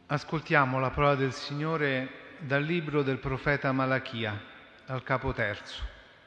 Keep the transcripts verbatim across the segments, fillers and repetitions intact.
Ascoltiamo la parola del Signore dal libro del profeta Malachia, al capo terzo.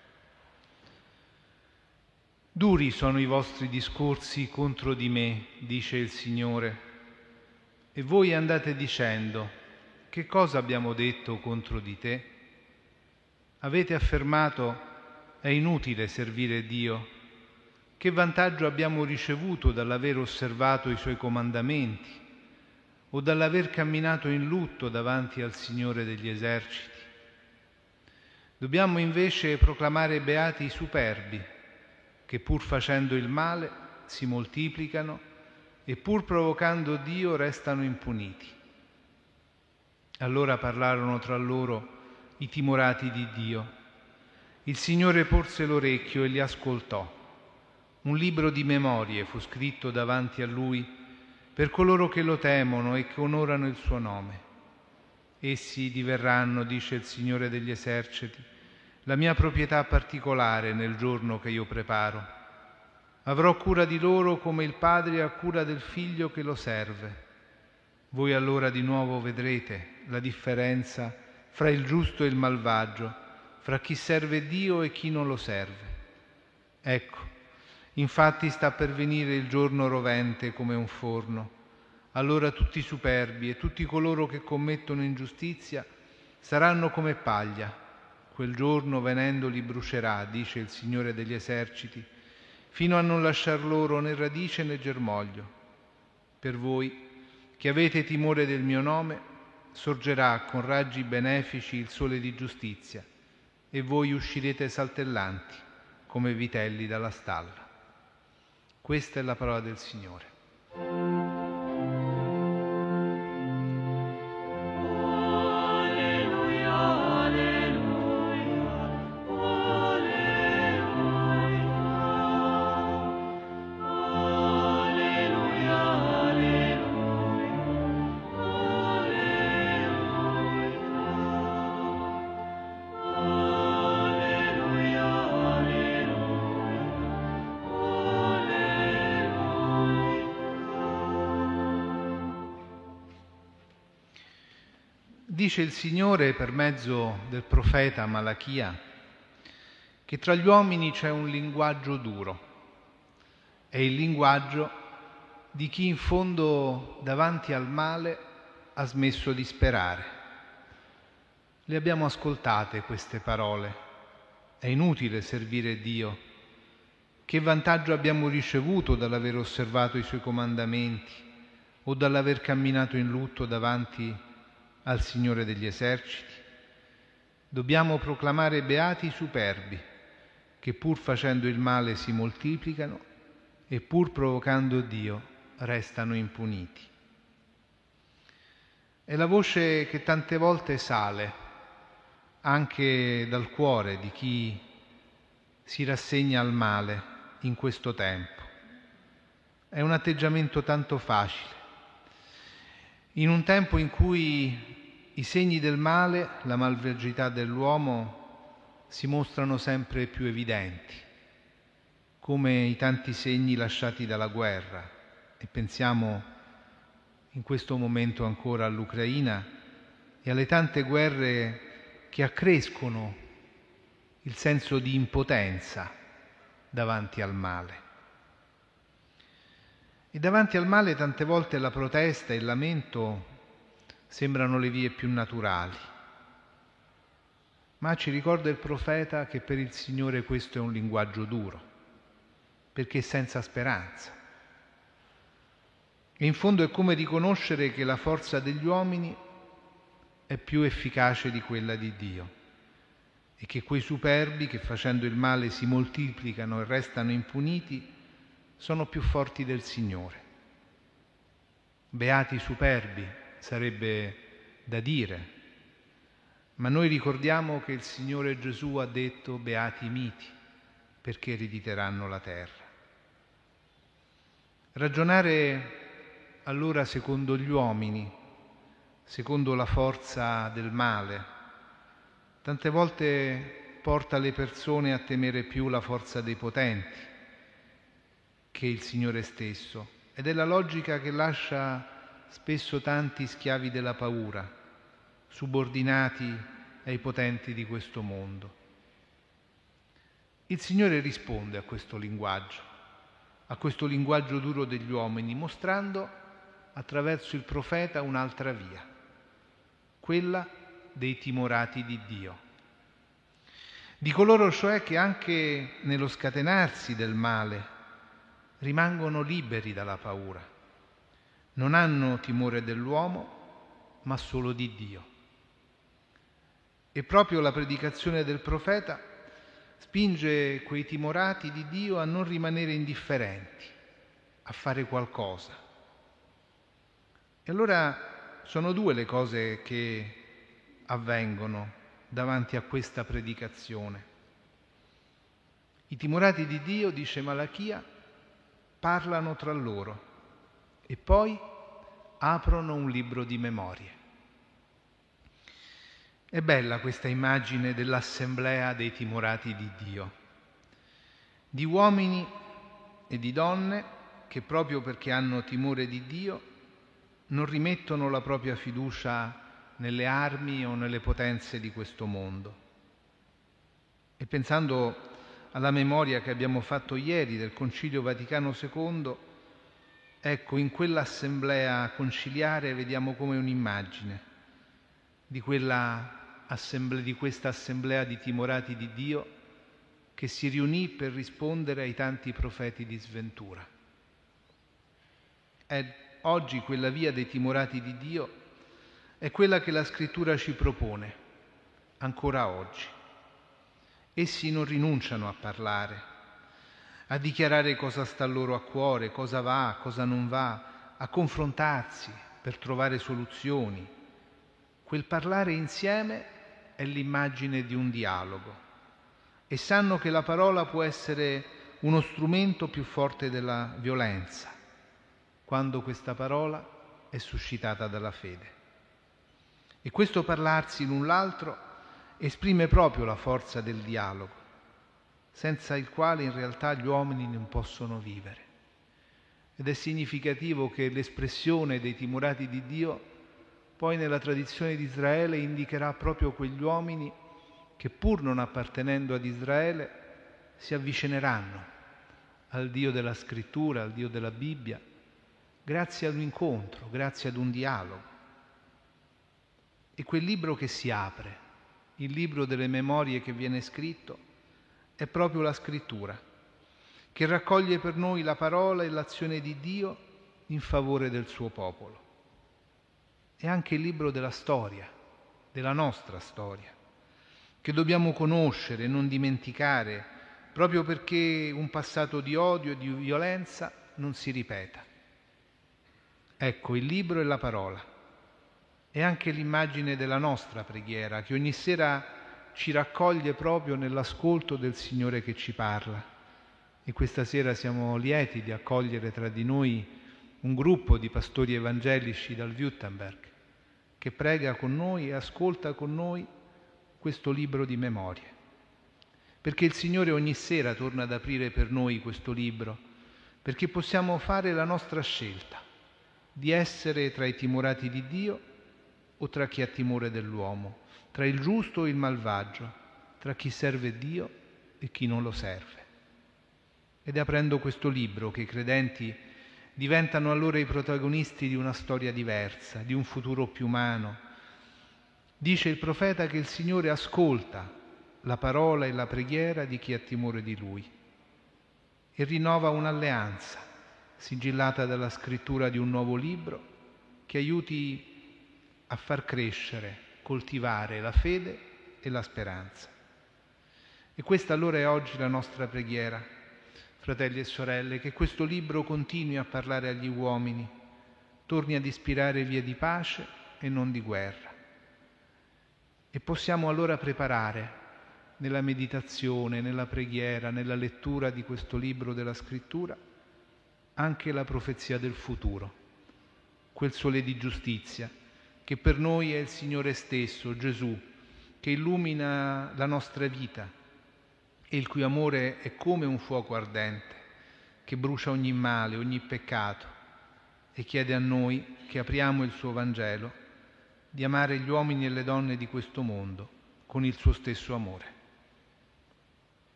Duri sono i vostri discorsi contro di me, dice il Signore, e voi andate dicendo: che cosa abbiamo detto contro di te? Avete affermato: è inutile servire Dio. Che vantaggio abbiamo ricevuto dall'aver osservato i Suoi comandamenti o dall'aver camminato in lutto davanti al Signore degli eserciti? Dobbiamo invece proclamare beati i superbi, che pur facendo il male si moltiplicano e pur provocando Dio restano impuniti. Allora parlarono tra loro i timorati di Dio. Il Signore porse l'orecchio e li ascoltò. Un libro di memorie fu scritto davanti a Lui per coloro che lo temono e che onorano il suo nome. Essi diverranno, dice il Signore degli eserciti, la mia proprietà particolare nel giorno che io preparo. Avrò cura di loro come il padre ha cura del figlio che lo serve. Voi allora di nuovo vedrete la differenza fra il giusto e il malvagio, fra chi serve Dio e chi non lo serve. Ecco, infatti sta per venire il giorno rovente come un forno. Allora tutti i superbi e tutti coloro che commettono ingiustizia saranno come paglia. Quel giorno venendo li brucerà, dice il Signore degli eserciti, fino a non lasciar loro né radice né germoglio. Per voi, che avete timore del mio nome, sorgerà con raggi benefici il sole di giustizia, e voi uscirete saltellanti come vitelli dalla stalla. Questa è la parola del Signore. Dice il Signore per mezzo del profeta Malachia che tra gli uomini c'è un linguaggio duro. È il linguaggio di chi in fondo davanti al male ha smesso di sperare. Le abbiamo ascoltate queste parole. È inutile servire Dio. Che vantaggio abbiamo ricevuto dall'aver osservato i Suoi comandamenti o dall'aver camminato in lutto davanti al Signore degli eserciti? Dobbiamo proclamare beati i superbi, che pur facendo il male si moltiplicano e pur provocando Dio restano impuniti. È la voce che tante volte sale anche dal cuore di chi si rassegna al male in questo tempo. È un atteggiamento tanto facile. In un tempo in cui i segni del male, la malvagità dell'uomo si mostrano sempre più evidenti, come i tanti segni lasciati dalla guerra, e pensiamo in questo momento ancora all'Ucraina e alle tante guerre che accrescono il senso di impotenza davanti al male. E davanti al male tante volte la protesta e il lamento sembrano le vie più naturali. Ma ci ricorda il profeta che per il Signore questo è un linguaggio duro, perché è senza speranza. E in fondo è come riconoscere che la forza degli uomini è più efficace di quella di Dio e che quei superbi che facendo il male si moltiplicano e restano impuniti sono più forti del Signore. Beati i superbi sarebbe da dire, ma noi ricordiamo che il Signore Gesù ha detto beati i miti, perché erediteranno la terra. Ragionare allora secondo gli uomini, secondo la forza del male, tante volte porta le persone a temere più la forza dei potenti che il Signore stesso, ed è la logica che lascia spesso tanti schiavi della paura, subordinati ai potenti di questo mondo. Il Signore risponde a questo linguaggio, a questo linguaggio duro degli uomini, mostrando attraverso il profeta un'altra via, quella dei timorati di Dio, di coloro cioè che anche nello scatenarsi del male rimangono liberi dalla paura, non hanno timore dell'uomo ma solo di Dio. E proprio la predicazione del profeta spinge quei timorati di Dio a non rimanere indifferenti, a fare qualcosa. E allora sono due le cose che avvengono davanti a questa predicazione. I timorati di Dio, dice Malachia, parlano tra loro e poi aprono un libro di memorie. È bella questa immagine dell'assemblea dei timorati di Dio, di uomini e di donne che proprio perché hanno timore di Dio non rimettono la propria fiducia nelle armi o nelle potenze di questo mondo. E pensando alla memoria che abbiamo fatto ieri del Concilio Vaticano secondo, ecco, in quell'assemblea conciliare vediamo come un'immagine di, quella assemblea, di questa assemblea di timorati di Dio che si riunì per rispondere ai tanti profeti di sventura. È oggi quella via dei timorati di Dio è quella che la Scrittura ci propone, ancora oggi. Essi non rinunciano a parlare, a dichiarare cosa sta loro a cuore, cosa va, cosa non va, a confrontarsi per trovare soluzioni. Quel parlare insieme è l'immagine di un dialogo e sanno che la parola può essere uno strumento più forte della violenza, quando questa parola è suscitata dalla fede. E questo parlarsi l'un l'altro esprime proprio la forza del dialogo, senza il quale in realtà gli uomini non possono vivere. Ed è significativo che l'espressione dei timorati di Dio poi nella tradizione di Israele indicherà proprio quegli uomini che pur non appartenendo ad Israele si avvicineranno al Dio della Scrittura, al Dio della Bibbia, grazie ad un incontro, grazie ad un dialogo. E quel libro che si apre, il libro delle memorie che viene scritto, è proprio la Scrittura, che raccoglie per noi la parola e l'azione di Dio in favore del suo popolo. È anche il libro della storia, della nostra storia, che dobbiamo conoscere e non dimenticare, proprio perché un passato di odio e di violenza non si ripeta. Ecco, il libro e la parola. È anche l'immagine della nostra preghiera, che ogni sera ci raccoglie proprio nell'ascolto del Signore che ci parla. E questa sera siamo lieti di accogliere tra di noi un gruppo di pastori evangelici dal Württemberg, che prega con noi e ascolta con noi questo libro di memorie. Perché il Signore ogni sera torna ad aprire per noi questo libro, perché possiamo fare la nostra scelta di essere tra i timorati di Dio o tra chi ha timore dell'uomo, tra il giusto e il malvagio, tra chi serve Dio e chi non lo serve. Ed è aprendo questo libro che i credenti diventano allora i protagonisti di una storia diversa, di un futuro più umano. Dice il profeta che il Signore ascolta la parola e la preghiera di chi ha timore di Lui e rinnova un'alleanza sigillata dalla scrittura di un nuovo libro che aiuti a far crescere, coltivare la fede e la speranza. E questa allora è oggi la nostra preghiera, fratelli e sorelle, che questo libro continui a parlare agli uomini, torni ad ispirare vie di pace e non di guerra. E possiamo allora preparare nella meditazione, nella preghiera, nella lettura di questo libro della Scrittura anche la profezia del futuro, quel sole di giustizia che per noi è il Signore stesso, Gesù, che illumina la nostra vita e il cui amore è come un fuoco ardente che brucia ogni male, ogni peccato e chiede a noi, che apriamo il suo Vangelo, di amare gli uomini e le donne di questo mondo con il suo stesso amore.